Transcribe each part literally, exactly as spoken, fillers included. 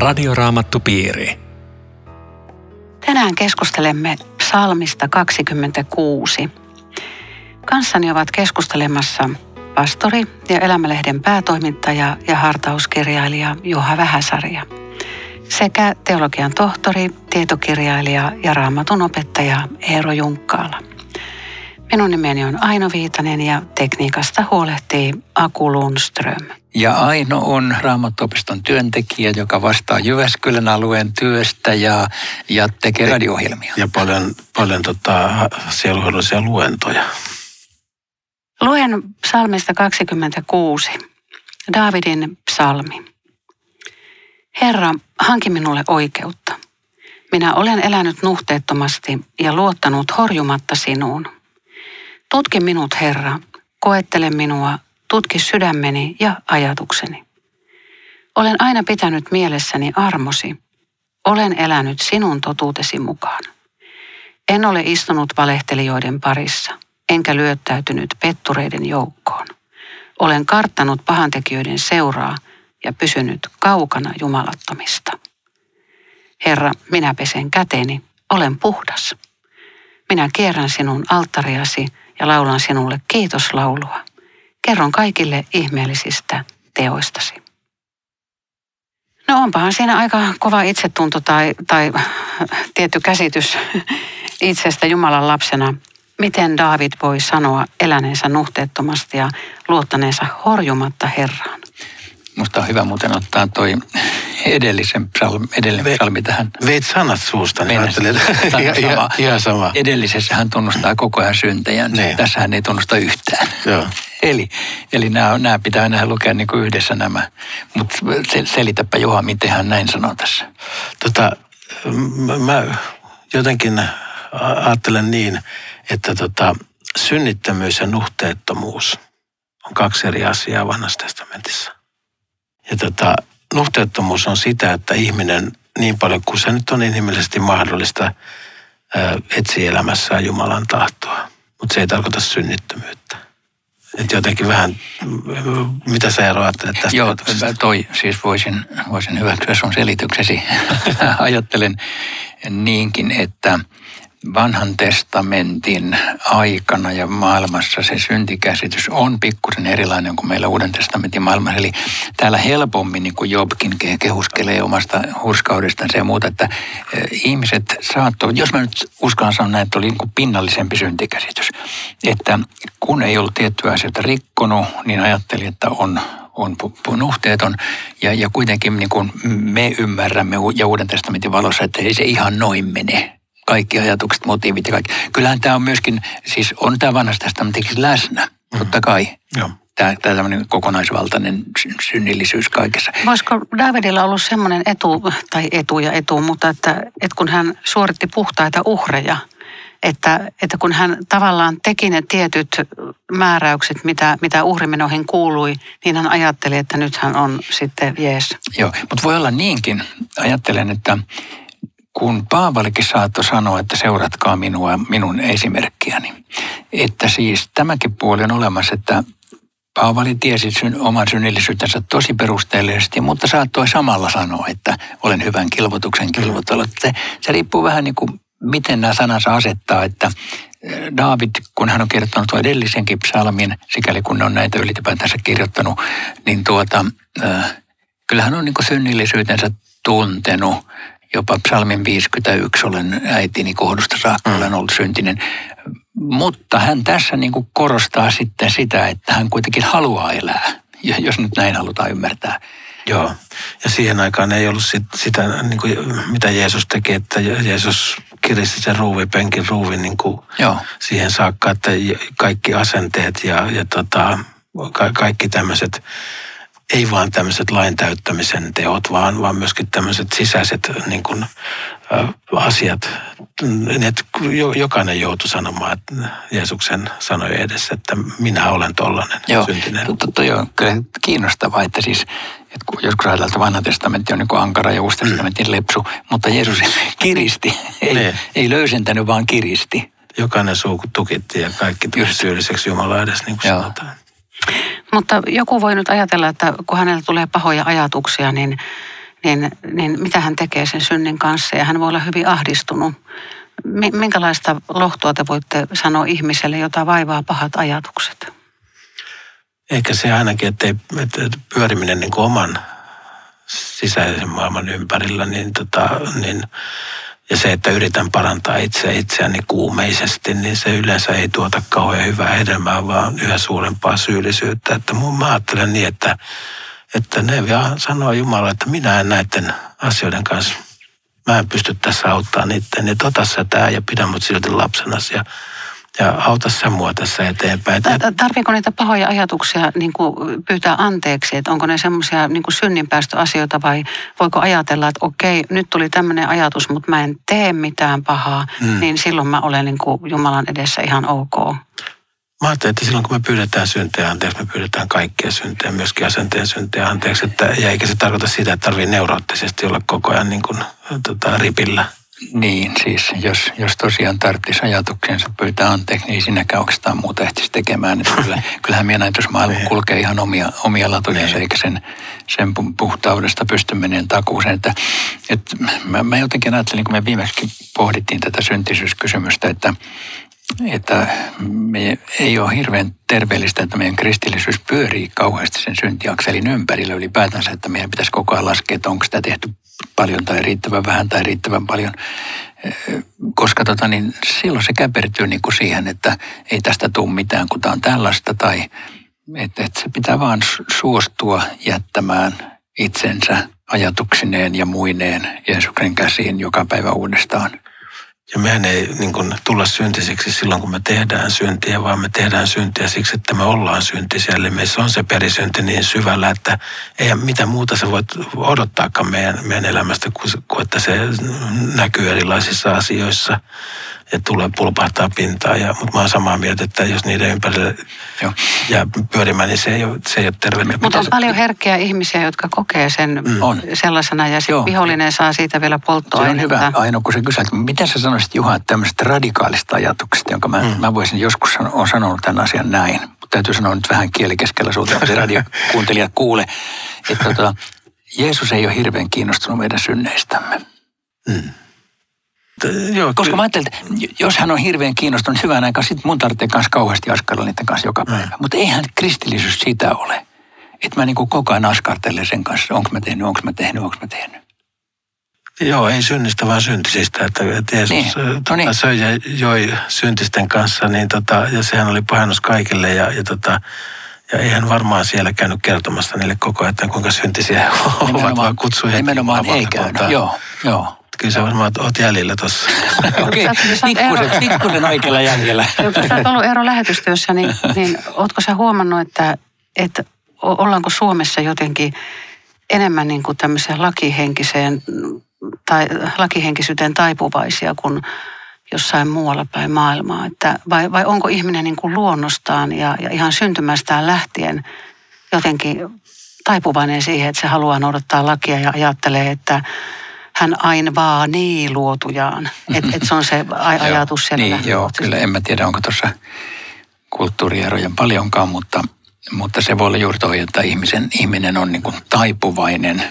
Radioraamattupiiri. Tänään keskustelemme psalmista kaksikymmentäkuusi. Kanssani ovat keskustelemassa pastori ja Elämälehden päätoimittaja ja hartauskirjailija Juha Vähäsarja sekä teologian tohtori, tietokirjailija ja raamatun opettaja Eero Junkkaala. Minun nimeni on Aino Viitanen ja tekniikasta huolehtii Aku Lundström. Ja Aino on Raamattuopiston työntekijä, joka vastaa Jyväskylän alueen työstä ja, ja tekee radio-ohjelmia. Ja paljon, paljon tota, sielunhoidollisia luentoja. Luen psalmista kaksikymmentäkuusi, Daavidin psalmi. Herra, hanki minulle oikeutta. Minä olen elänyt nuhteettomasti ja luottanut horjumatta sinuun. Tutki minut, Herra, koettele minua, tutki sydämeni ja ajatukseni. Olen aina pitänyt mielessäni armosi. Olen elänyt sinun totuutesi mukaan. En ole istunut valehtelijoiden parissa, enkä lyöttäytynyt pettureiden joukkoon. Olen karttanut pahantekijöiden seuraa ja pysynyt kaukana jumalattomista. Herra, minä pesen käteni, olen puhdas. Minä kierrän sinun alttariasi ja laulan sinulle kiitoslaulua. Kerron kaikille ihmeellisistä teoistasi. No onpahan siinä aika kova itsetunto tai, tai tietty käsitys itsestä Jumalan lapsena. Miten Daavid voi sanoa eläneensä nuhteettomasti ja luottaneensa horjumatta Herraan? Musta on hyvä muuten ottaa toi edellisen psalmi, edellinen psalmi tähän. Veit sanat suusta, niin ajattelin, sama. Ihan sama. Edellisessä hän tunnustaa koko ajan syntejään. Niin. Tässä hän ei tunnusta yhtään. Joo. Eli, eli nämä, nämä pitää nähdä lukea niin kuin yhdessä nämä. Mutta selitäpä Juha, miten hän näin sanoo tässä. Tota, mä jotenkin ajattelen niin, että tota, synnittömyys ja nuhteettomuus on kaksi eri asiaa Vanhassa testamentissa. Ja tota, nuhteettomuus on sitä, että ihminen niin paljon kuin se nyt on inhimillisesti mahdollista ää, etsii elämässään Jumalan tahtoa. Mutta se ei tarkoita synnittömyyttä. Että jotenkin vähän, mitä sä Eero ajattelet tästä? Joo, toi siis voisin, voisin hyväksyä sun selityksesi. Ajattelen niinkin, että Vanhan testamentin aikana ja maailmassa se syntikäsitys on pikkusen erilainen kuin meillä Uuden testamentin maailmassa. Eli täällä helpommin, niin kuin Jobkin kehuskelee omasta hurskaudestansa ja muuta, että ihmiset saattoi, jos mä nyt uskallan sanoa näin, että oli niin kuin pinnallisempi syntikäsitys. Että kun ei ollut tiettyä asioita rikkonut, niin ajattelin, että on on nuhteeton ja, ja kuitenkin niin kuin me ymmärrämme ja Uuden testamentin valossa, että ei se ihan noin mene. Kaikki ajatukset, motiivit ja kaikki. Kyllähän tämä on myöskin, siis on tämä Vanhassa testamentissa läsnä, mm. totta kai. Joo. Tämä, tämä tämmöinen kokonaisvaltainen synnillisyys kaikessa. Voisiko Daavidilla ollut semmoinen etu, tai etu ja etu, mutta että, että kun hän suoritti puhtaita uhreja, että, että kun hän tavallaan teki ne tietyt määräykset, mitä, mitä uhrimenoihin kuului, niin hän ajatteli, että nyt hän on sitten jees. Joo, mutta voi olla niinkin. Ajattelen, että kun Paavalikin saattoi sanoa, että seuratkaa minua, minun esimerkkiäni, että siis tämäkin puoli on olemassa, että Paavali tiesi syn, oman synnillisyytensä tosi perusteellisesti, mutta saattoi samalla sanoa, että olen hyvän kilvotuksen kilvotellut. Se, se riippuu vähän niin kuin, miten nämä sanansa asettaa, että Daavid, kun hän on kirjoittanut tuon edellisenkin psalmin, sikäli kun ne on näitä ylipäätänsä kirjoittanut, niin tuota, äh, kyllä hän on niin kuin synnillisyytensä tuntenut. Jopa psalmin viisikymmentäyksi, olen äitini kohdusta saakka, olen ollut syntinen. Mutta hän tässä niin kuin korostaa sitten sitä, että hän kuitenkin haluaa elää, jos nyt näin halutaan ymmärtää. Joo, ja siihen aikaan ei ollut sit, sitä, niin kuin, mitä Jeesus teki, että Jeesus kiristi sen ruuvipenkin ruuvin niin kuin siihen saakka, että kaikki asenteet ja, ja tota, ka- kaikki tämmöiset, ei vaan tämmöiset lain täyttämisen teot, vaan, vaan myöskin tämmöiset sisäiset niin kuin, ä, asiat. Et jokainen joutui sanomaan että Jeesuksen sanojen edessä, että minä olen tollainen syntinen. Joo, toi on kyllä kiinnostavaa, että siis että kun joskus ajatellaan, että vanha testamentti on niin kuin ankara ja uusi testamentin mm. lepsu, mutta Jeesus kiristi, ei, ei löysentänyt, vaan kiristi. Jokainen suu tukitti ja kaikki tuli syylliseksi Jumala edessä, niin kuin Joo. sanotaan. Mutta joku voi nyt ajatella, että kun hänellä tulee pahoja ajatuksia, niin niin, niin mitä hän tekee sen synnin kanssa ja hän voi olla hyvin ahdistunut. Minkälaista lohtua te voitte sanoa ihmiselle, jota vaivaa pahat ajatukset? Ehkä se ainakin, että, ei, että pyöriminen niin kuin oman sisäisen maailman ympärillä, niin, tota, niin, ja se, että yritän parantaa itseä itseäni kuumeisesti, niin se yleensä ei tuota kauhean hyvää hedelmää, vaan yhä suurempaa syyllisyyttä. Että mä ajattelen niin, että, että ne vielä sanoo Jumala, että minä en näiden asioiden kanssa, mä en pysty tässä auttamaan niitä, niin ota sä tää ja pidä mut silti lapsenasi ja Ja auta sä mua tässä eteenpäin. Tarviiko niitä pahoja ajatuksia niin kuin pyytää anteeksi? Että onko ne semmoisia niin kuin synninpäästöasioita vai voiko ajatella, että okei, nyt tuli tämmöinen ajatus, mutta mä en tee mitään pahaa, mm. niin silloin mä olen niin kuin Jumalan edessä ihan ok. Mä ajattelen, että silloin kun me pyydetään syntejä anteeksi, me pyydetään kaikkia syntejä, myöskin asenteen syntejä anteeksi. Että, ja eikä se tarkoita sitä, että tarvii neuroottisesti olla koko ajan niin kuin, tota, ripillä. Niin, siis jos, jos tosiaan tarvitsisi ajatuksensa pyytää anteeksi, niin sinäkään oikeastaan muuta ehtisi tekemään. Että kyllä, kyllähän meidän ajatusmaailma kulkee ihan omia, omia latujansa, eikä sen, sen puhtaudesta pysty meneen takuuseen. Että, että mä, mä jotenkin ajattelin, kun me viimeksi pohdittiin tätä syntisyyskysymystä, että, että me ei ole hirveän terveellistä, että meidän kristillisyys pyörii kauheasti sen syntiakselin ympärillä ylipäätänsä, että meidän pitäisi koko ajan laskea, että onko sitä tehty paljon tai riittävän vähän tai riittävän paljon, koska tota, niin silloin se käpertyy niin kuin siihen, että ei tästä tule mitään, kun tämä on tällaista, tai että, että se pitää vaan suostua jättämään itsensä ajatuksineen ja muineen Jeesuksen käsiin joka päivä uudestaan. Ja mehän ei niin kuin, tulla syntisiksi silloin, kun me tehdään syntiä, vaan me tehdään syntiä siksi, että me ollaan syntisiä. Eli meissä on se perisynti niin syvällä, että ei mitä muuta sä voit odottaakaan meidän, meidän elämästä, kuin, kuin että se näkyy erilaisissa asioissa ja tulee pulpahtaa pintaan. Ja, mutta mä oon samaa mieltä, että jos niiden ympärille Joo. jää pyörimään, niin se ei ole, se ei ole terve. Mutta on paljon herkkiä ihmisiä, jotka kokee sen mm. sellaisena ja sitten vihollinen saa siitä vielä polttoainetta. Se on hyvä, Aino, kun sä kysyt, mitä sä sanoisit Juha tämmöisestä radikaalista ajatuksesta, jonka mä, mm. mä voisin joskus olen sanonut tämän asian näin. Mutta täytyy sanoa nyt vähän kielikeskellä suuta, että radiokuuntelijat kuule, että tota, Jeesus ei ole hirveän kiinnostunut meidän synneistämme. Mm. Joo, koska mä ajattelin, että jos hän on hirveän kiinnostunut hyvän aikaa, sitten mun tarvitsee kanssa kauheasti askarella niiden kanssa joka päivä. Mm. Mutta eihän kristillisyys sitä ole. Että mä niin kuin koko ajan askartelen sen kanssa, onko mä tehnyt, onko mä tehnyt, onko mä tehnyt. Joo, ei synnistä, vaan syntisistä. Että Jeesus niin. tota, niin. söi ja joi syntisten kanssa, niin tota, ja sehän oli pahennus kaikille. Ja, ja, tota, ja eihän varmaan siellä käynyt kertomassa niille koko ajan, että kuinka syntisiä ovat, vaan kutsui heitä. Nimenomaan ei käynyt, joo, joo. Kyllä sä varmaan oot jäljellä tuossa. Okei, pikkusen, pikkusen oikealla jäljellä. Kun sä oot ollut Eero lähetystyössä, niin, niin ootko sä huomannut, että, että ollaanko Suomessa jotenkin enemmän niin kuin tämmöiseen lakihenkiseen tai lakihenkisyyteen taipuvaisia kuin jossain muualla päin maailmaa? Että vai, vai onko ihminen niin kuin luonnostaan ja, ja ihan syntymästään lähtien jotenkin taipuvainen siihen, että se haluaa noudattaa lakia ja ajattelee, että hän aina vaan niin luotujaan. Että et se on se aj- ajatus siellä. Niin, joo, kyllä en mä tiedä, onko tuossa kulttuurieroja paljonkaan, mutta, mutta se voi olla juuri toi, että ihmisen, ihminen on niin kuin taipuvainen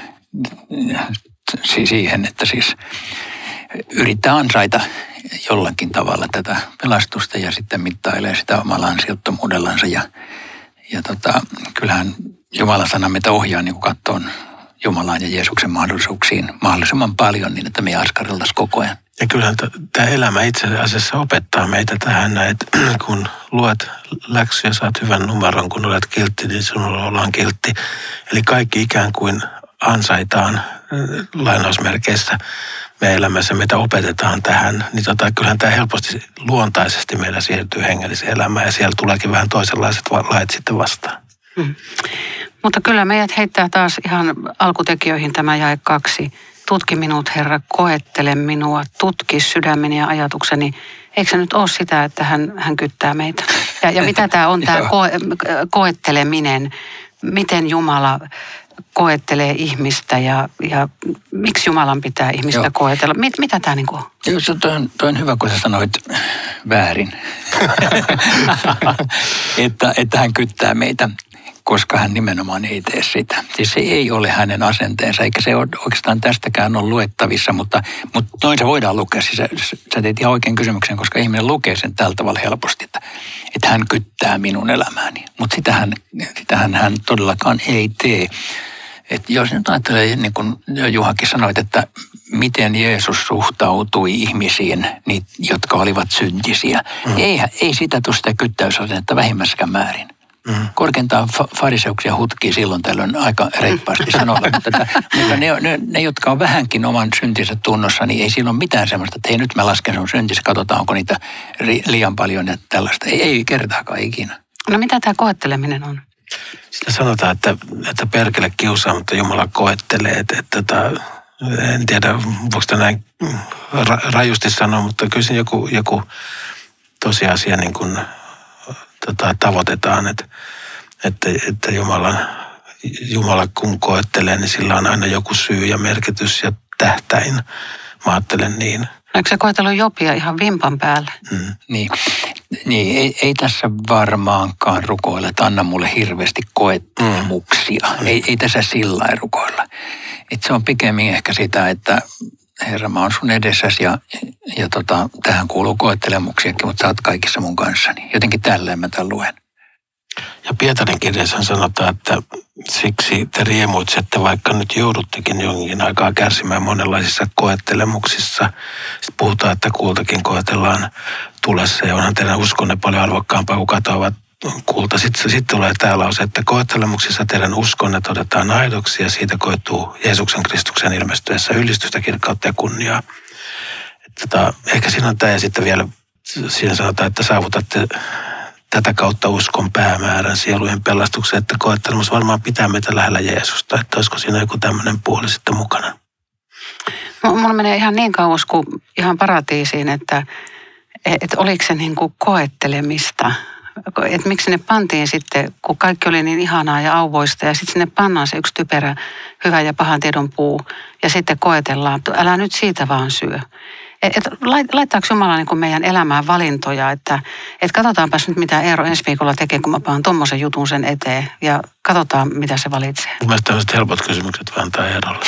siihen, että siis yrittää ansaita jollakin tavalla tätä pelastusta ja sitten mittailee sitä omalla ansiottomuudellansa. Ja, ja tota, kyllähän Jumalan sana meitä ohjaa niin kuin kattoon Jumalaan ja Jeesuksen mahdollisuuksiin mahdollisimman paljon niin, että me askareltaisiin koko ajan. Ja kyllähän tämä elämä itse asiassa opettaa meitä tähän, että kun luet läksyjä, saat hyvän numeron, kun olet kiltti, niin sinulla ollaan kiltti. Eli kaikki ikään kuin ansaitaan lainausmerkeissä meidän elämässä, meitä opetetaan tähän. Niin tota, kyllähän tämä helposti luontaisesti meillä siirtyy hengelliseen elämään ja siellä tuleekin vähän toisenlaiset lait sitten vastaan. Hmm. Mutta kyllä meidät heittää taas ihan alkutekijöihin tämä jae kaksi. Tutki minut, Herra, koettele minua, tutki sydämeni ja ajatukseni. Eikö se nyt ole sitä, että hän, hän kyttää meitä? Ja, ja mitä tämä on, tämä koe, koetteleminen? Miten Jumala koettelee ihmistä ja, ja miksi Jumalan pitää ihmistä Joo. koetella? Mit, mitä tämä niin kuin on? Joo, se on, toi on hyvä, kun sä sanoit väärin. että, että hän kyttää meitä. koska hän nimenomaan ei tee sitä. Siis se ei ole hänen asenteensa, eikä se ole oikeastaan tästäkään ole luettavissa, mutta, mutta noin se voidaan lukea. Siis sä, sä teit ihan oikein kysymyksen, koska ihminen lukee sen tällä tavalla helposti, että, että hän kyttää minun elämääni. Mutta sitähän, sitähän hän todellakaan ei tee. Et jos nyt ajattelee, niin kuin Juhakin sanoit, että miten Jeesus suhtautui ihmisiin, niitä, jotka olivat syntisiä. Mm. Ei, ei sitä tule sitä kyttäysasennetta vähimmässäkään määrin. Mm. Korkeintaan fa- fariseuksia hutkii silloin tällöin aika reippaasti sanolla, mutta, että, mutta ne, ne, ne, jotka on vähänkin oman syntinsä tunnossa, niin ei siinä ole mitään semmoista, että hei nyt mä lasken sun syntinsä, katsotaan onko niitä ri, liian paljon ja tällaista. Ei, ei kertaakaan ikinä. No mitä tämä koetteleminen on? Sitä sanotaan, että, että perkele kiusaa, mutta Jumala koettelee. Että, että, että, en tiedä, voiko sitä näin ra, rajusti sanoa, mutta kyllä siinä joku, joku tosiasia niin kuin, tota, tavoitetaan, että, että, että Jumala, Jumala kun koettelee, niin sillä on aina joku syy ja merkitys ja tähtäin. Mä ajattelen niin. Eikö se koetellut Jobia ihan vimpan päälle? Mm. Niin, niin ei, ei tässä varmaankaan rukoilla, että anna mulle hirveästi koettelemuksia. Mm. Ei, ei tässä sillä lailla rukoilla. Et se on pikemmin ehkä sitä, että Herra, mä oon sun edessäsi ja, ja tota, tähän kuuluu koettelemuksiakin, mutta sä oot kaikissa mun kanssani. Jotenkin tälleen mä tämän luen. Ja Pietarin kirjassa sanotaan, että siksi te riemuitsette, vaikka nyt jouduttekin jonkin aikaa kärsimään monenlaisissa koettelemuksissa. Sitten puhutaan, että kultakin koetellaan tulessa ja onhan teidän uskonne paljon arvokkaampaa kuin katoavat kulta. Sitten, sitten tulee tämä lause, että koettelemuksissa teidän uskonne todetaan aidoksi ja siitä koituu Jeesuksen Kristuksen ilmestyessä ylistystä, kirkkautta ja kunniaa. Että, tota, ehkä siinä on tämä ja sitten vielä siinä sanotaan, että saavutatte tätä kautta uskon päämäärän sielujen pelastuksen, että koettelemus varmaan pitää meitä lähellä Jeesusta, että olisiko siinä joku tämmöinen puoli sitten mukana. Mulla menee ihan niin kauas kuin ihan paratiisiin, että, että oliko se niin kuin koettelemista, että miksi sinne pantiin sitten, kun kaikki oli niin ihanaa ja auvoista ja sitten sinne pannaan se yksi typerä hyvä ja pahan tiedon puu ja sitten koetellaan, että älä nyt siitä vaan syö. Että laittaako Jumala niin kuin meidän elämään valintoja, että et katsotaanpas nyt mitä Eero ensi viikolla tekee, kun mä paan tommosen jutun sen eteen ja katsotaan mitä se valitsee. Mielestäni tämmöiset helpot kysymykset vaan antaa Eerolle.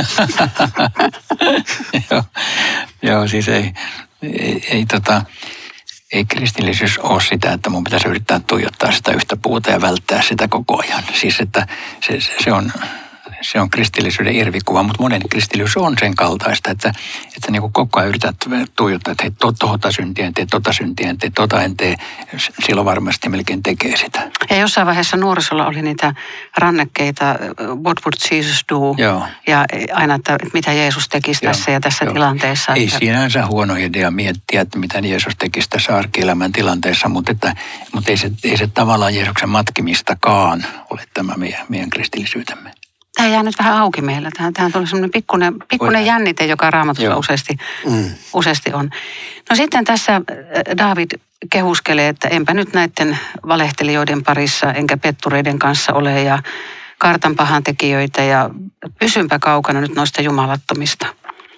joo, joo, siis ei, ei, ei, tota, ei kristillisyys ole sitä, että mun pitäisi yrittää tuijottaa sitä yhtä puuta ja välttää sitä koko ajan. Siis että se, se on... Se on kristillisyyden irvikuva, mutta monen kristillisyys on sen kaltaista, että, että niin kuin koko ajan yrität tuijottaa, että hei, tota syntiä en tee, tota syntiä en tee, tota en tee. Silloin varmasti melkein tekee sitä. Ja jossain vaiheessa nuorisolla oli niitä rannekkeita, what would Jesus do? Joo. Ja aina, että mitä Jeesus tekisi Joo. tässä ja tässä Joo. tilanteessa. Ei että... sinänsä huono idea miettiä, että mitä Jeesus tekisi tässä arkielämän tilanteessa, mutta, että, mutta ei, se, ei se tavallaan Jeesuksen matkimistakaan ole tämä meidän, meidän kristillisyytemme. Tämä jää nyt vähän auki meillä. Tähän, tähän tuli semmoinen pikkuinen, pikkuinen jännite, joka Raamatussa useasti, mm. useasti on. No sitten tässä Daavid kehuskelee, että enpä nyt näiden valehtelijoiden parissa enkä pettureiden kanssa ole ja kartan pahantekijöitä ja pysynpä kaukana nyt noista jumalattomista.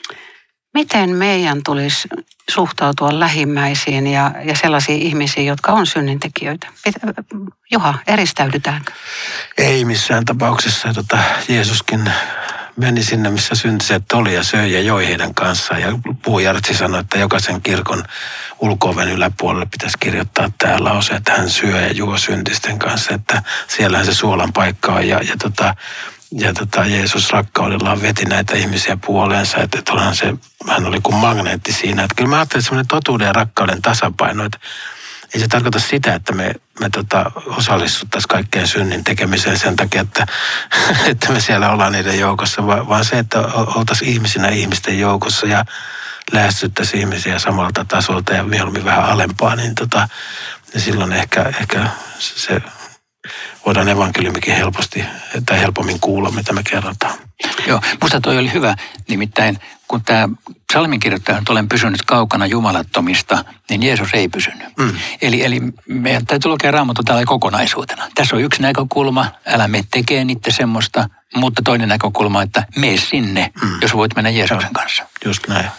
Miten meidän tulisi suhtautua lähimmäisiin ja, ja sellaisiin ihmisiin, jotka on synnintekijöitä? Juha, eristäydytäänkö? Ei missään tapauksessa. Tota, Jeesuskin meni sinne, missä syntiset oli ja söi ja joi heidän kanssaan. Ja Puujartsi sanoi, että jokaisen kirkon ulko-oven yläpuolelle pitäisi kirjoittaa tämä lause, että hän syö ja juo syntisten kanssa. Että siellähän se suolan paikka on ja, ja tota... Ja tota, Jeesus rakkaudellaan veti näitä ihmisiä puoleensa, että, että onhan se, hän oli kuin magneetti siinä. Että kyllä mä ajattelin, että semmoinen totuuden ja rakkauden tasapaino, että ei se tarkoita sitä, että me, me tota, osallistuttaisiin kaikkeen synnin tekemiseen sen takia, että, että me siellä ollaan niiden joukossa, vaan se, että oltaisiin ihmisinä ihmisten joukossa ja lähestyttäisiin ihmisiä samalta tasolta ja mieluummin vähän alempaa, niin tota, ja silloin ehkä, ehkä se... voidaan evankeliumikin helposti tai helpommin kuulla, mitä me kerrotaan. Joo, musta toi oli hyvä. Nimittäin kun tämä psalminkirjoittaja nyt olen pysynyt kaukana jumalattomista, niin Jeesus ei pysynyt. Mm. Eli, eli meidän täytyy lukea Raamattu täällä kokonaisuutena. Tässä on yksi näkökulma, älä mene tekee niitä semmoista, mutta toinen näkökulma, että mene sinne, mm. jos voit mennä Jeesuksen kanssa. Just näin.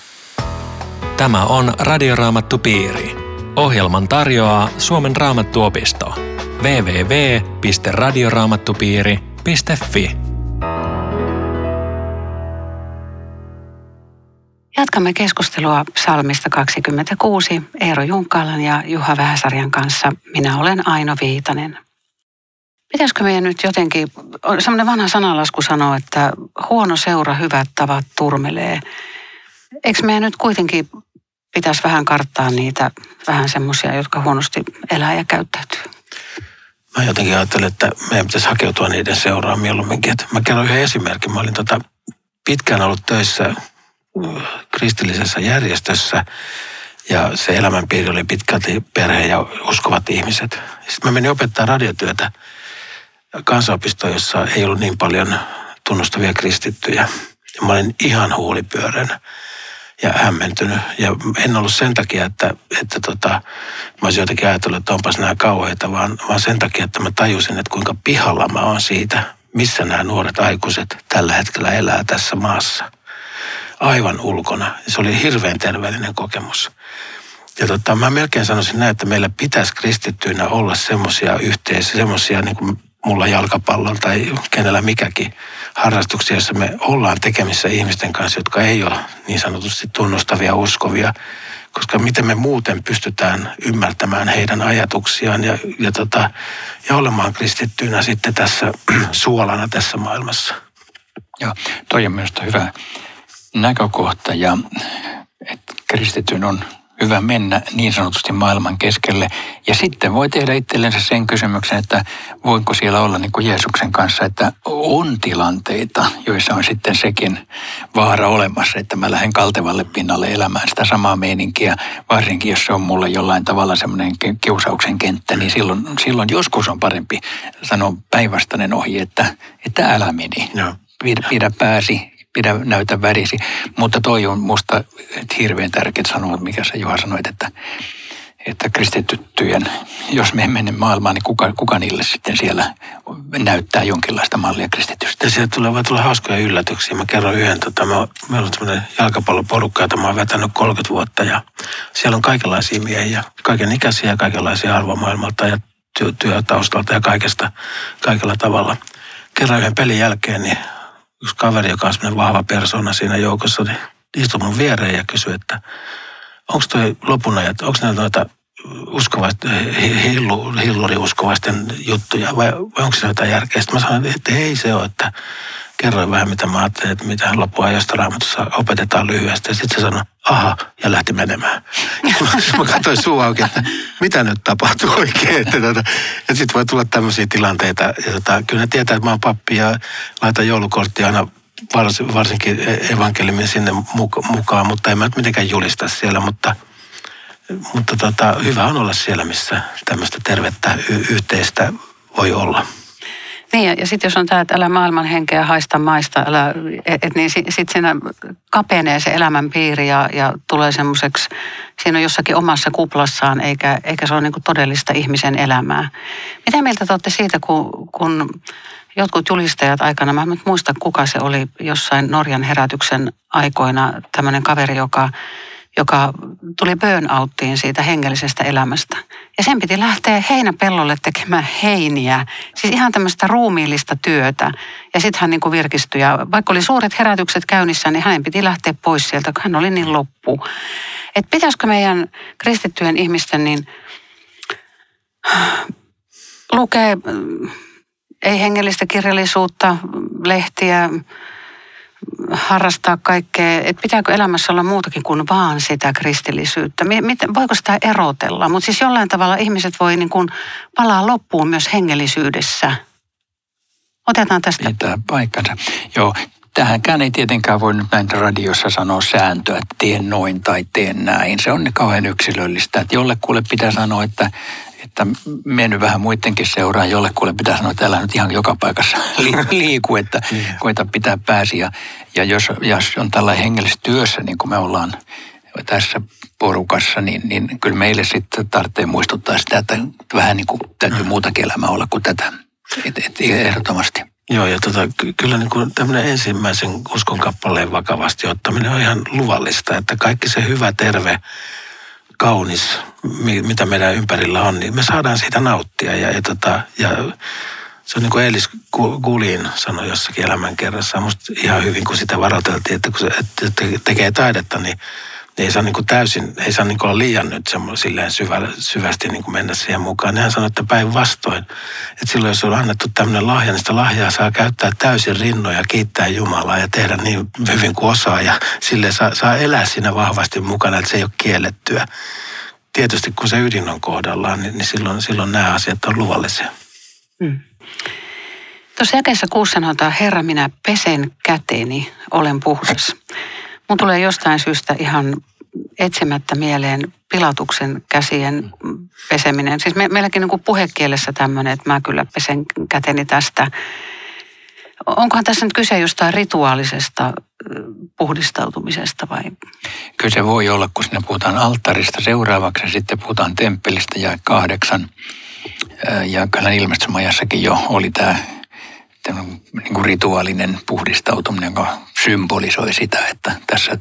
Tämä on Radio Raamattu Piiri. Ohjelman tarjoaa Suomen Raamattuopisto. double-u double-u double-u piste radioraamattupiiri piste fi. Jatkamme keskustelua psalmista kaksikymmentäkuusi Eero Junkkalan ja Juha Vähäsarjan kanssa. Minä olen Aino Viitanen. Pitäisikö meidän nyt jotenkin, semmoinen vanha sanalasku sanoo, että huono seura hyvät tavat turmelee. Eikö meidän nyt kuitenkin pitäisi vähän karttaa niitä vähän semmoisia, jotka huonosti elää ja käyttäytyy? Mä jotenkin ajattelen, että meidän pitäisi hakeutua niiden seuraan mieluumminkin. Mä kerron yhden esimerkin. Mä olin tota pitkään ollut töissä kristillisessä järjestössä ja se elämänpiiri oli pitkälti perhe ja uskovat ihmiset. Sitten mä menin opettaa radiotyötä kansanopistoon, jossa ei ollut niin paljon tunnustavia kristittyjä. Ja mä olin ihan huulipyörän ja hämmentynyt. Ja en ollut sen takia, että, että tota, mä olisin jotenkin ajatellut, että onpas nämä kauheita, vaan, vaan sen takia, että mä tajusin, että kuinka pihalla mä oon siitä, missä nämä nuoret aikuiset tällä hetkellä elää tässä maassa. Aivan ulkona. Se oli hirveän terveellinen kokemus. Ja tota, mä melkein sanoisin näin, että meillä pitäisi kristittyinä olla semmoisia yhteisöjä, semmoisia niin kuin mulla jalkapallon tai kenellä mikäkin harrastuksia, jossa me ollaan tekemissä ihmisten kanssa, jotka ei ole niin sanotusti tunnustavia, uskovia, koska miten me muuten pystytään ymmärtämään heidän ajatuksiaan ja, ja, tota, ja olemaan kristittyinä sitten tässä suolana tässä maailmassa. Joo, toi on minusta hyvä näkökohta ja että kristityn on hyvä mennä niin sanotusti maailman keskelle. Ja sitten voi tehdä itsellensä sen kysymyksen, että voinko siellä olla niin kuin Jeesuksen kanssa, että on tilanteita, joissa on sitten sekin vaara olemassa, että mä lähden kaltevalle pinnalle elämään sitä samaa meininkiä, varsinkin jos se on mulle jollain tavalla semmoinen kiusauksen kenttä, niin silloin, silloin joskus on parempi sanoa päinvastainen ohi, että, että älä meni, no. pidä, pidä pääsi. Pidä näytä värisi. Mutta toi on musta hirveän tärkeää sanoa, mikä sä Juha sanoit, että, että kristittyjen, jos me mene maailmaan, niin kuka, kuka niille sitten siellä näyttää jonkinlaista mallia kristitystä. Ja sieltä tulee, voi tulla hauskoja yllätyksiä. Mä kerron yhden, tota, mä, meillä on tämmöinen jalkapalloporukka, jota mä oon vetänyt kolmekymmentä vuotta ja siellä on kaikenlaisia miehiä, kaiken ikäisiä ja kaikenlaisia arvomaailmalta ja työ, työtaustalta ja kaikesta, kaikella tavalla. Kerran yhden pelin jälkeen, niin yksi kaveri, joka on semmoinen vahva persona siinä joukossa, niin istui mun viereen ja kysyi, että onko toi lopun ajat, onko ne noita uskovaisten, hillu, hilluriuskovaisten juttuja vai, vai onko se jotain järkeä? Sitten mä sanoin, että ei se ole, että kerroin vähän mitä mä ajattelin, että mitä loppuajasta Raamatussa opetetaan lyhyesti. Ja sitten se sanoi, aha, ja lähti menemään. Mä katsoin suu auki, että mitä nyt tapahtuu oikein. Että, tota, että sitten voi tulla tämmöisiä tilanteita. Ja tota, kyllä ne tietää, että mä oon pappi ja laitan joulukorttia aina vars, varsinkin evankeliumin sinne mukaan, mutta en mä nyt mitenkään julista siellä. Mutta, mutta tota, hyvä on olla siellä, missä tämmöistä tervettä y- yhteistä voi olla. Niin, ja, ja sitten jos on tämä, että älä maailman henkeä haista maista, älä, et, et, niin sitten sit siinä kapenee se elämänpiiri ja, ja tulee semmoiseksi, siinä on jossakin omassa kuplassaan, eikä, eikä se ole niinku todellista ihmisen elämää. Mitä mieltä te olette siitä, kun, kun jotkut julistajat aikana, mä en nyt muista kuka se oli jossain Norjan herätyksen aikoina, tämmöinen kaveri, joka... joka tuli burnouttiin siitä hengellisestä elämästä. Ja sen piti lähteä heinäpellolle tekemään heiniä. Siis ihan tämmöistä ruumiillista työtä. Ja sitten hän niin kuin virkistyi. Ja vaikka oli suuret herätykset käynnissä, niin hänen piti lähteä pois sieltä, kun hän oli niin loppu. Että pitäisikö meidän kristittyjen ihmisten niin lukea ei hengellistä kirjallisuutta, lehtiä, harrastaa kaikkea, että pitääkö elämässä olla muutakin kuin vaan sitä kristillisyyttä. Miten, voiko sitä erotella? Mutta siis jollain tavalla ihmiset voi niin kuin palaa loppuun myös hengellisyydessä. Otetaan tästä. Pitää paikkansa. Joo, tähänkään ei tietenkään voi nyt näin radiossa sanoa sääntöä, että teen noin tai teen näin. Se on kauhean yksilöllistä, että jollekulle pitää sanoa, että että mennyt vähän muidenkin seuraan, jollekulle pitää sanoa, että älä nyt ihan joka paikassa liiku, että koita pitää pääsi. Ja, ja jos, jos on tällainen hengellisessä työssä, niin kuin me ollaan tässä porukassa, niin, niin kyllä meille sitten tarvitsee muistuttaa sitä, että vähän niin kuin täytyy muutakin elämää olla kuin tätä, et, et, ehdottomasti. Joo, ja tota, kyllä niin kuin tämmöinen ensimmäisen uskon kappaleen vakavasti ottaminen on ihan luvallista, että kaikki se hyvä, terve, kaunis mitä meidän ympärillä on, niin me saadaan siitä nauttia. Ja, ja, tota, ja se on niin kuin Elis Gulin sanoi jossakin elämänkerrassa, musta ihan hyvin, kun sitä varoiteltiin, että kun se että tekee taidetta, niin ei saa niin kuin täysin, ei saa niin kuin olla liian nyt silleen syvä, syvästi niin kuin mennä siihen mukaan. Niin hän sanoi, että päinvastoin, että silloin jos on annettu tämmöinen lahja, niin sitä lahjaa saa käyttää täysin rinnoja, kiittää Jumalaa ja tehdä niin hyvin kuin osaa. Ja silleen saa, saa elää siinä vahvasti mukana, että se ei ole kiellettyä. Tietysti kun se ydin on kohdallaan, niin, niin silloin, silloin nämä asiat on luvallisia. Hmm. Tuossa jakeessa kuusi sanotaan, Herra, minä pesen käteni, olen puhdas. Mun tulee jostain syystä ihan etsimättä mieleen Pilatuksen käsien peseminen. Siis me, meilläkin niin kuin puhekielessä tämmöinen, että mä kyllä pesen käteni tästä. Onkohan tässä nyt kyse jostain rituaalisesta puhdistautumisesta vai? Kyllä se voi olla, kun siinä puhutaan alttarista seuraavaksi ja sitten puhutaan temppelistä ja kahdeksan. Ja kyllä ilmestysmajassakin jo oli tämä niin kuin rituaalinen puhdistautuminen, joka symbolisoi sitä, että tässä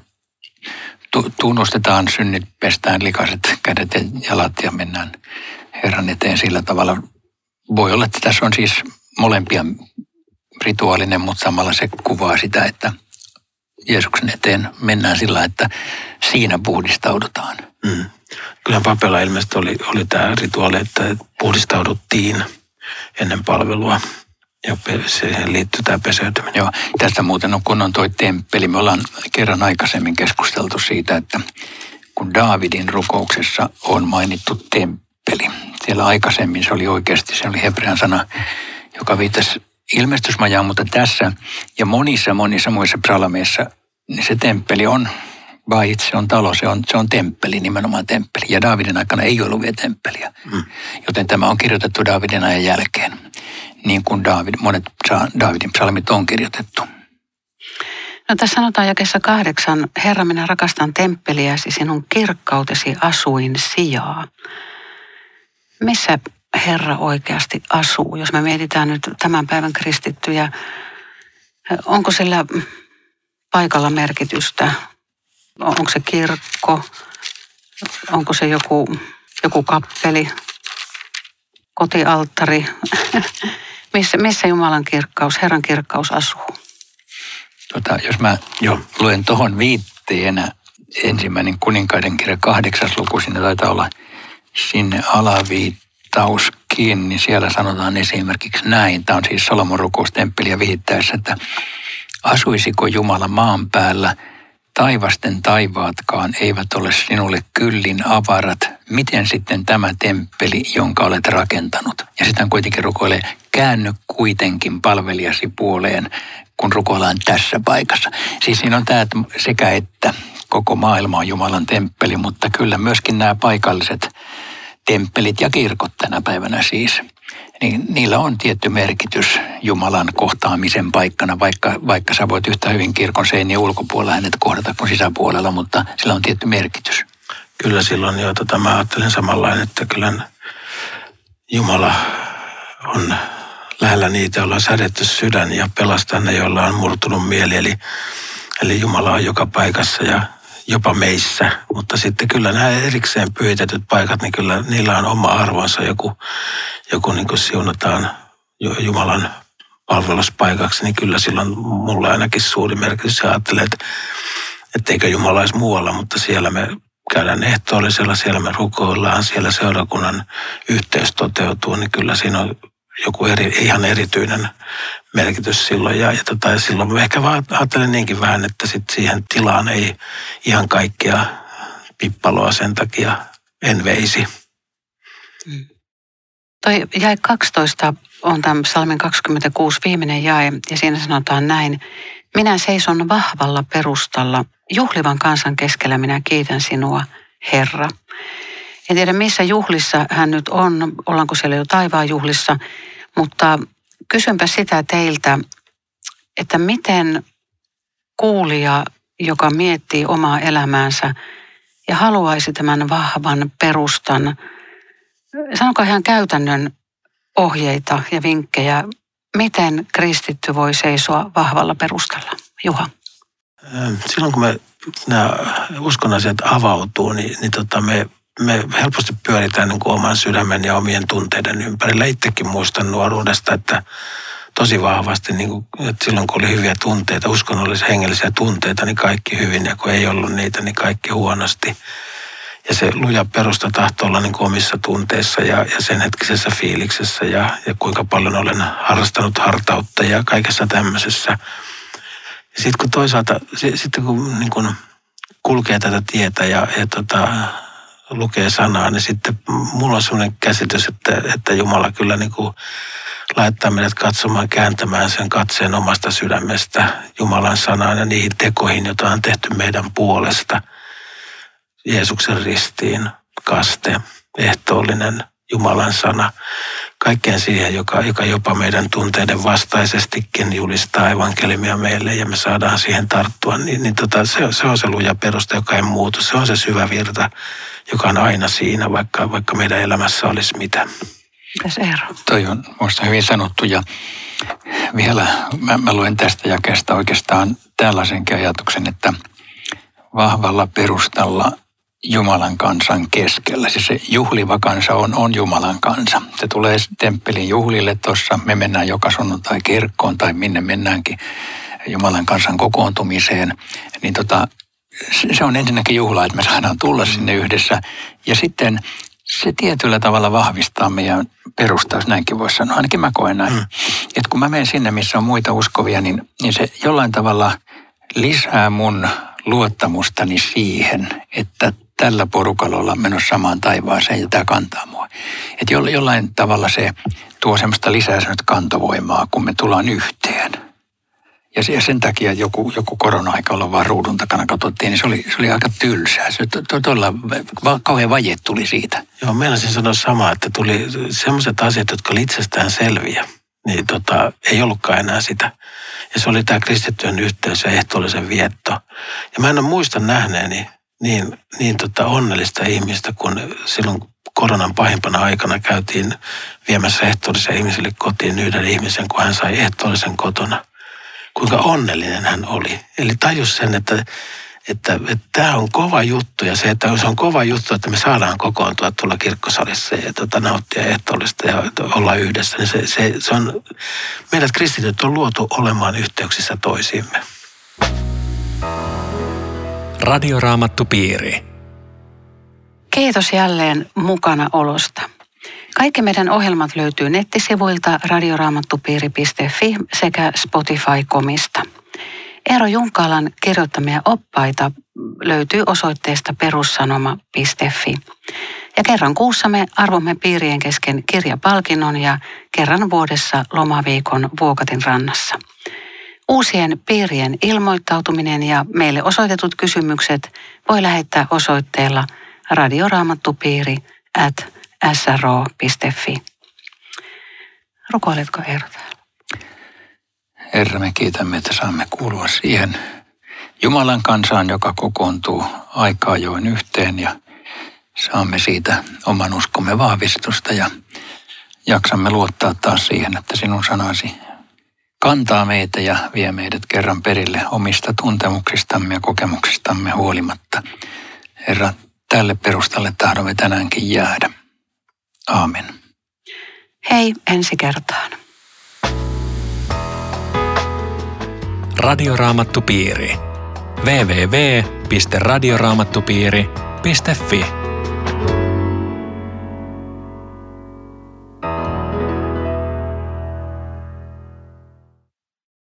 tunnustetaan synnit, pestään likaiset kädet ja jalat ja mennään Herran eteen sillä tavalla. Voi olla, että tässä on siis molempia rituaalinen, mutta samalla se kuvaa sitä, että Jeesuksen eteen mennään sillä, että siinä puhdistaudutaan. Mm. Kyllä papella ilmeisesti oli, oli tämä rituaali, että puhdistauduttiin ennen palvelua. Ja siihen liittyy tämä peseytyminen. Joo, tästä muuten on, kun on toi temppeli. Me ollaan kerran aikaisemmin keskusteltu siitä, että kun Daavidin rukouksessa on mainittu temppeli. Siellä aikaisemmin se oli oikeasti, se oli hebrean sana, joka viittasi ilmestysmajaan, mutta tässä ja monissa monissa muissa psalmeissa, niin se temppeli on, vai itse on talo, se on, se on temppeli, nimenomaan temppeli. Ja Daavidin aikana ei ollut vielä temppeliä, mm. joten tämä on kirjoitettu Daavidin ajan jälkeen. Niin kuin Daavid, monet Daavidin psalmit on kirjoitettu. No tässä sanotaan jakeessa kahdeksan, Herra, minä rakastan temppeliäsi, sinun kirkkautesi asuin sijaa. Missä Herra oikeasti asuu? Jos me mietitään nyt tämän päivän kristittyjä, onko sillä paikalla merkitystä? Onko se kirkko? Onko se joku, joku kappeli? Kotialttari? missä, missä Jumalan kirkkaus, Herran kirkkaus asuu? Tota, jos mä jo luen tuohon viitteenä ensimmäinen kuninkaiden kirja kahdeksas luku, siinä taitaa olla sinne alaviittauskin, niin siellä sanotaan esimerkiksi näin. Tämä on siis Solomon rukous temppeliä vihittäessä, että asuisiko Jumala maan päällä, taivasten taivaatkaan eivät ole sinulle kyllin avarat. Miten sitten tämä temppeli, jonka olet rakentanut? Ja sitten kuitenkin rukoilee, käänny kuitenkin palvelijasi puoleen, kun rukoillaan tässä paikassa. Siis siinä on tämä sekä että koko maailma on Jumalan temppeli, mutta kyllä myöskin nämä paikalliset temppelit ja kirkot tänä päivänä siis. Niin niillä on tietty merkitys Jumalan kohtaamisen paikkana, vaikka, vaikka sä voit yhtä hyvin kirkon seinien ulkopuolella hänet kohdata kuin sisäpuolella, mutta sillä on tietty merkitys. Kyllä silloin jo, tota, mä ajattelen samanlainen, että kyllä Jumala on lähellä niitä, joilla on särjetty sydän ja pelastaa ne, joilla on murtunut mieli. Eli, eli Jumala on joka paikassa ja jopa meissä, mutta sitten kyllä nämä erikseen pyhitetyt paikat, niin kyllä niillä on oma arvonsa. Joku, joku niin kuin siunataan Jumalan palveluspaikaksi, niin kyllä silloin mulla ainakin suuri merkitys. Ja ajattelen, että etteikö Jumala olisi muualla, mutta siellä me käydään ehtoollisella, siellä me rukoillaan, siellä seurakunnan yhteys toteutuu, niin kyllä siinä on joku eri, ihan erityinen merkitys silloin. Ja, ja, tota, ja silloin mä ehkä vaan ajattelen niinkin vähän, että sit siihen tilaan ei ihan kaikkea pippaloa sen takia en veisi. Mm. Toi jae kaksitoista on tämän psalmin kaksikymmentäkuusi viimeinen jae ja siinä sanotaan näin. Minä seison vahvalla perustalla, juhlivan kansan keskellä minä kiitän sinua, Herra. En tiedä missä juhlissa hän nyt on, ollaanko siellä jo taivaan juhlissa, mutta kysynpä sitä teiltä, että miten kuulija, joka miettii omaa elämäänsä ja haluaisi tämän vahvan perustan, sanokaa ihan käytännön ohjeita ja vinkkejä, miten kristitty voi seisoa vahvalla perustalla? Juha. Silloin kun me nämä uskon asiat avautuu, niin, niin tota me me helposti pyöritään niin kuin oman sydämen ja omien tunteiden ympärillä. Itsekin muistan nuoruudesta, että tosi vahvasti, niin kuin, että silloin kun oli hyviä tunteita, uskonnollisia hengellisiä tunteita, niin kaikki hyvin, ja kun ei ollut niitä, niin kaikki huonosti. Ja se luja perusta tahtoo olla niin kuin omissa tunteissa ja, ja sen hetkisessä fiiliksessä ja, ja kuinka paljon olen harrastanut hartautta ja kaikessa tämmöisessä. Ja sitten kun toisaalta, sitten kun niin kuin kulkee tätä tietä ja, ja tota, lukee sanaa, niin sitten mulla on sellainen käsitys, että, että Jumala kyllä niin kuin laittaa meidät katsomaan, kääntämään sen katseen omasta sydämestä Jumalan sanaan ja niihin tekoihin, joita on tehty meidän puolesta. Jeesuksen ristiin, kaste, ehtoollinen Jumalan sana, kaikkeen siihen, joka, joka jopa meidän tunteiden vastaisestikin julistaa evankeliumia meille ja me saadaan siihen tarttua, niin, niin tota, se, se on se luja perusta, joka ei muutu. Se on se syvä virta, joka on aina siinä, vaikka, vaikka meidän elämässä olisi mitä. Mitäs Eero? Toi on minusta hyvin sanottu ja vielä mä, mä luen tästä jakeesta oikeastaan tällaisenkin ajatuksen, että vahvalla perustalla Jumalan kansan keskellä. Siis se juhliva kansa on, on Jumalan kansa. Se tulee temppelin juhlille tuossa. Me mennään joka sunnuntai kirkkoon tai minne mennäänkin Jumalan kansan kokoontumiseen. Niin tota, se on ensinnäkin juhla, että me saadaan tulla sinne yhdessä. Ja sitten se tietyllä tavalla vahvistaa meidän perustaa, jos näinkin voisi sanoa. Ainakin mä koen näin. Mm. Että kun mä menen sinne, missä on muita uskovia, niin, niin se jollain tavalla lisää mun luottamustani siihen, että tällä porukalla ollaan menossa samaan taivaaseen ja tämä kantaa mua. Että jollain tavalla se tuo semmoista lisää semmoista kantovoimaa, kun me tullaan yhteen. Ja sen takia joku, joku korona-aika, olla vaan ruudun takana katsottiin, niin se oli, se oli aika tylsää. Se todella kauhean vaje tuli siitä. Joo, meinasin sanoa samaa, että tuli semmoiset asiat, jotka oli itsestään selviä. Niin tota, ei ollutkaan enää sitä. Ja se oli tämä kristittyjen yhteys ja ehtoollisen vietto. Ja mä en ole muista nähneeni niin, niin tota onnellista ihmistä, kun silloin koronan pahimpana aikana käytiin viemässä ehtoollisia ihmisille kotiin yhden ihmisen, kun hän sai ehtoollisen kotona. Kuinka onnellinen hän oli. Eli tajus sen, että Että, että tämä on kova juttu ja se, että se on kova juttu, että me saadaan kokoontua tuolla kirkkosalissa ja tuota, nauttia ehtoollista ja olla yhdessä. Niin se, se, se on, meidät kristityt on luotu olemaan yhteyksissä toisiimme. Radioraamattupiiri. Kiitos jälleen mukana olosta. Kaikki meidän ohjelmat löytyy nettisivuilta radioraamattupiiri piste fi sekä Spotify piste comista. Eero Junkkalan kirjoittamia oppaita löytyy osoitteesta perussanoma piste fi. Ja kerran kuussa me arvomme piirien kesken kirjapalkinnon ja kerran vuodessa lomaviikon Vuokatin rannassa. Uusien piirien ilmoittautuminen ja meille osoitetut kysymykset voi lähettää osoitteella radioraamattupiiri at s r o piste fi. Rukoiletko Eero täällä? Herra, me kiitämme, että saamme kuulua siihen Jumalan kansaan, joka kokoontuu aika ajoin yhteen ja saamme siitä oman uskomme vahvistusta ja jaksamme luottaa taas siihen, että sinun sanasi kantaa meitä ja vie meidät kerran perille omista tuntemuksistamme ja kokemuksistamme huolimatta. Herra, tälle perustalle tahdomme tänäänkin jäädä. Aamen. Hei, ensi kertaan. Radioraamattupiiri. double-u double-u double-u piste radioraamattupiiri piste fi